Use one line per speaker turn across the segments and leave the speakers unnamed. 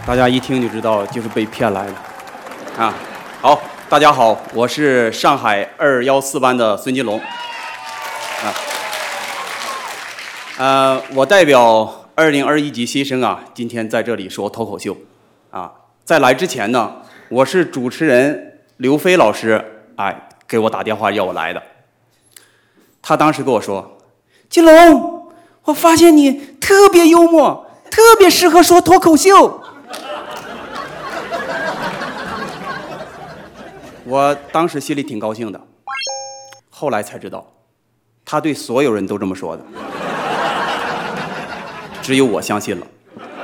大家一听就知道就是被骗来的啊。好，大家好，我是上海214班的孙金龙我代表2021级新生啊，今天在这里说脱口秀啊。在来之前呢，我是主持人刘飞老师给我打电话要我来的。他当时跟我说：“金龙，我发现你特别幽默，特别适合说脱口秀。”我当时心里挺高兴的，后来才知道，他对所有人都这么说的，只有我相信了。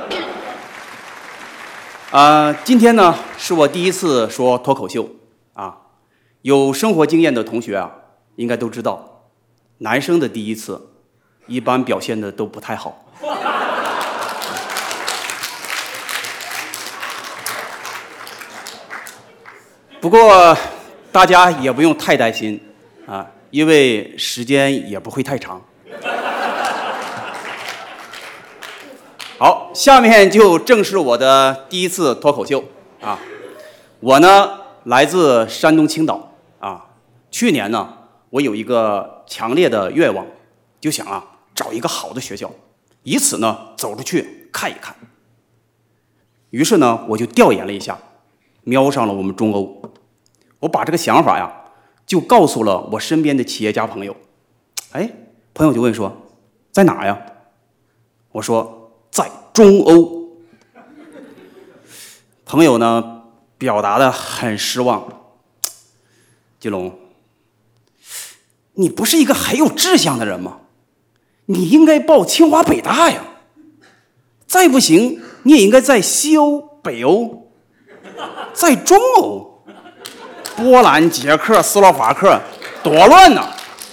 今天呢是我第一次说脱口秀啊，有生活经验的同学啊，应该都知道，男生的第一次一般表现的都不太好。不过大家也不用太担心啊，因为时间也不会太长。好，下面就正是我的第一次脱口秀啊。我呢来自山东青岛啊。去年呢，我有一个强烈的愿望，就想找一个好的学校，以此呢走出去看一看。于是呢，我就调研了一下，瞄上了我们中欧。我把这个想法就告诉了我身边的企业家朋友。朋友就问说，在哪呀？我说在中欧。朋友呢表达的很失望。金龙，你不是一个很有志向的人吗？你应该报清华北大呀。再不行，你也应该在西欧、北欧，在中欧。波兰、捷克、斯洛伐克，多乱呐！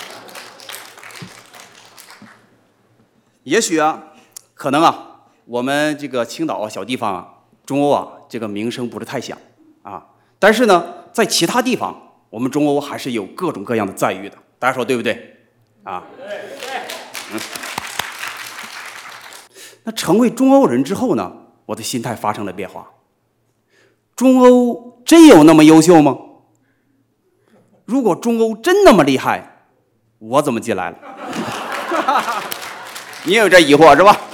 也许可能我们这个青岛小地方中欧这个名声不是太响但是呢，在其他地方，我们中欧还是有各种各样的赞誉的。大家说对不对？对。那成为中欧人之后呢，我的心态发生了变化。中欧真有那么优秀吗？如果中欧真那么厉害，我怎么进来了？你也有这疑惑是吧？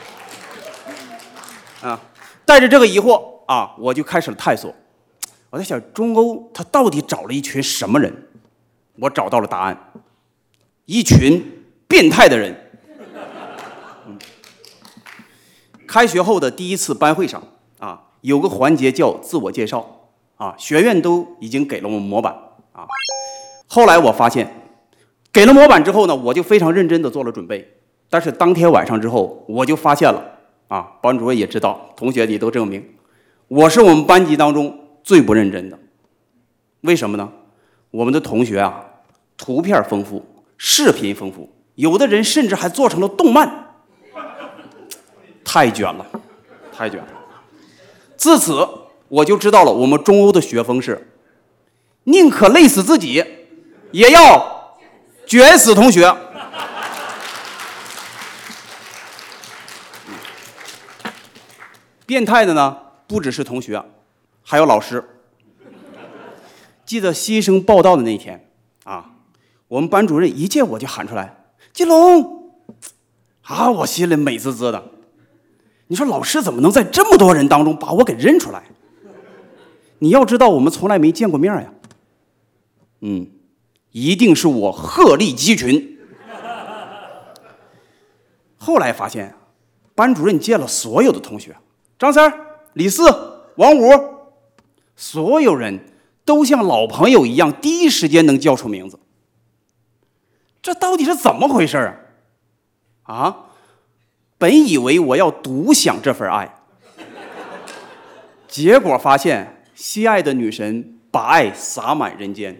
带着这个疑惑我就开始了探索。我在想，中欧他到底找了一群什么人？我找到了答案，一群变态的人。开学后的第一次班会上有个环节叫自我介绍学院都已经给了我们模板后来我发现，给了模板之后呢，我就非常认真的做了准备。但是当天晚上之后，我就发现了班主任也知道，同学也都证明，我是我们班级当中最不认真的。为什么呢？我们的同学图片丰富，视频丰富，有的人甚至还做成了动漫，太卷了，太卷了。自此我就知道了，我们中欧的学风是宁可累死自己，也要卷死同学。变态的呢，不只是同学，还有老师。记得新生报到的那天我们班主任一见我就喊出来：“金龙！”我心里美滋滋的。你说老师怎么能在这么多人当中把我给认出来？你要知道，我们从来没见过面呀。一定是我鹤立鸡群。后来发现，班主任见了所有的同学，张三、李四、王五，所有人都像老朋友一样，第一时间能叫出名字。这到底是怎么回事本以为我要独享这份爱，结果发现心爱的女神把爱洒满人间。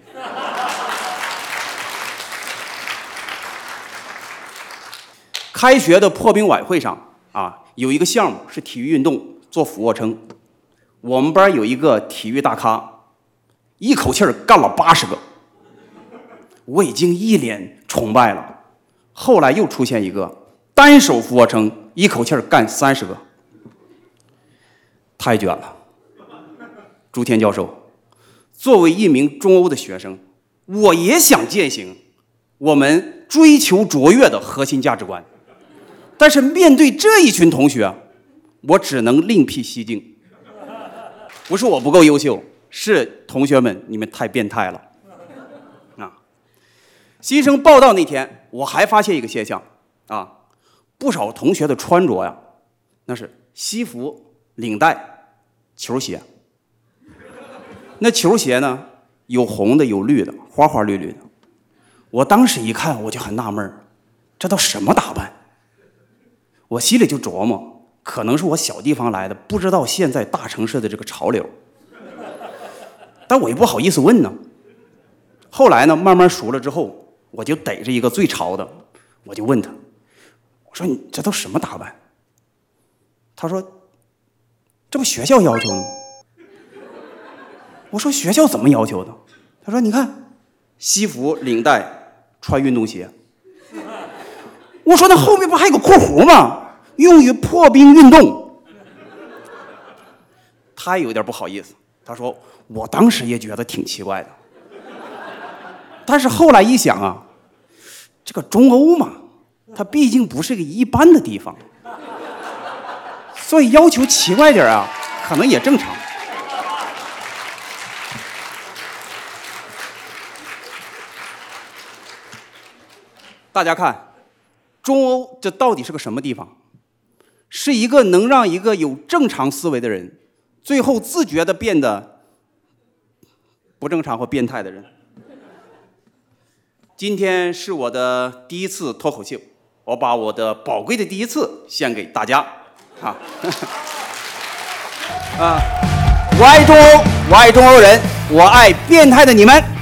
开学的破冰晚会上有一个项目是体育运动，做俯卧撑。我们班有一个体育大咖，一口气干了80个，我已经一脸崇拜了。后来又出现一个单手俯卧撑，一口气干30个。 太卷了。朱天教授，作为一名中欧的学生，我也想践行我们追求卓越的核心价值观，但是面对这一群同学，我只能另辟蹊径。不是我不够优秀，是同学们你们太变态了。新生报到那天，我还发现一个现象啊，不少同学的穿着呀，那是西服、领带、球鞋。那球鞋呢，有红的，有绿的，花花绿绿的。我当时一看，我就很纳闷，这都什么打扮？我心里就琢磨，可能是我小地方来的，不知道现在大城市的这个潮流。但我也不好意思问呢。后来呢，慢慢熟了之后，我就逮着一个最潮的，我就问他，我说你这都什么打扮？他说这不学校要求的吗？我说学校怎么要求的？他说你看西服领带穿运动鞋。我说那后面不还有个括弧吗？用于破冰运动。他有点不好意思，他说我当时也觉得挺奇怪的，但是后来一想啊，这个中欧嘛，它毕竟不是个一般的地方，所以要求奇怪点啊，可能也正常。大家看，中欧这到底是个什么地方？是一个能让一个有正常思维的人，最后自觉地变得不正常或变态的人。今天是我的第一次脱口秀，我把我的宝贵的第一次献给大家啊！我爱中欧，我爱中欧人，我爱变态的你们。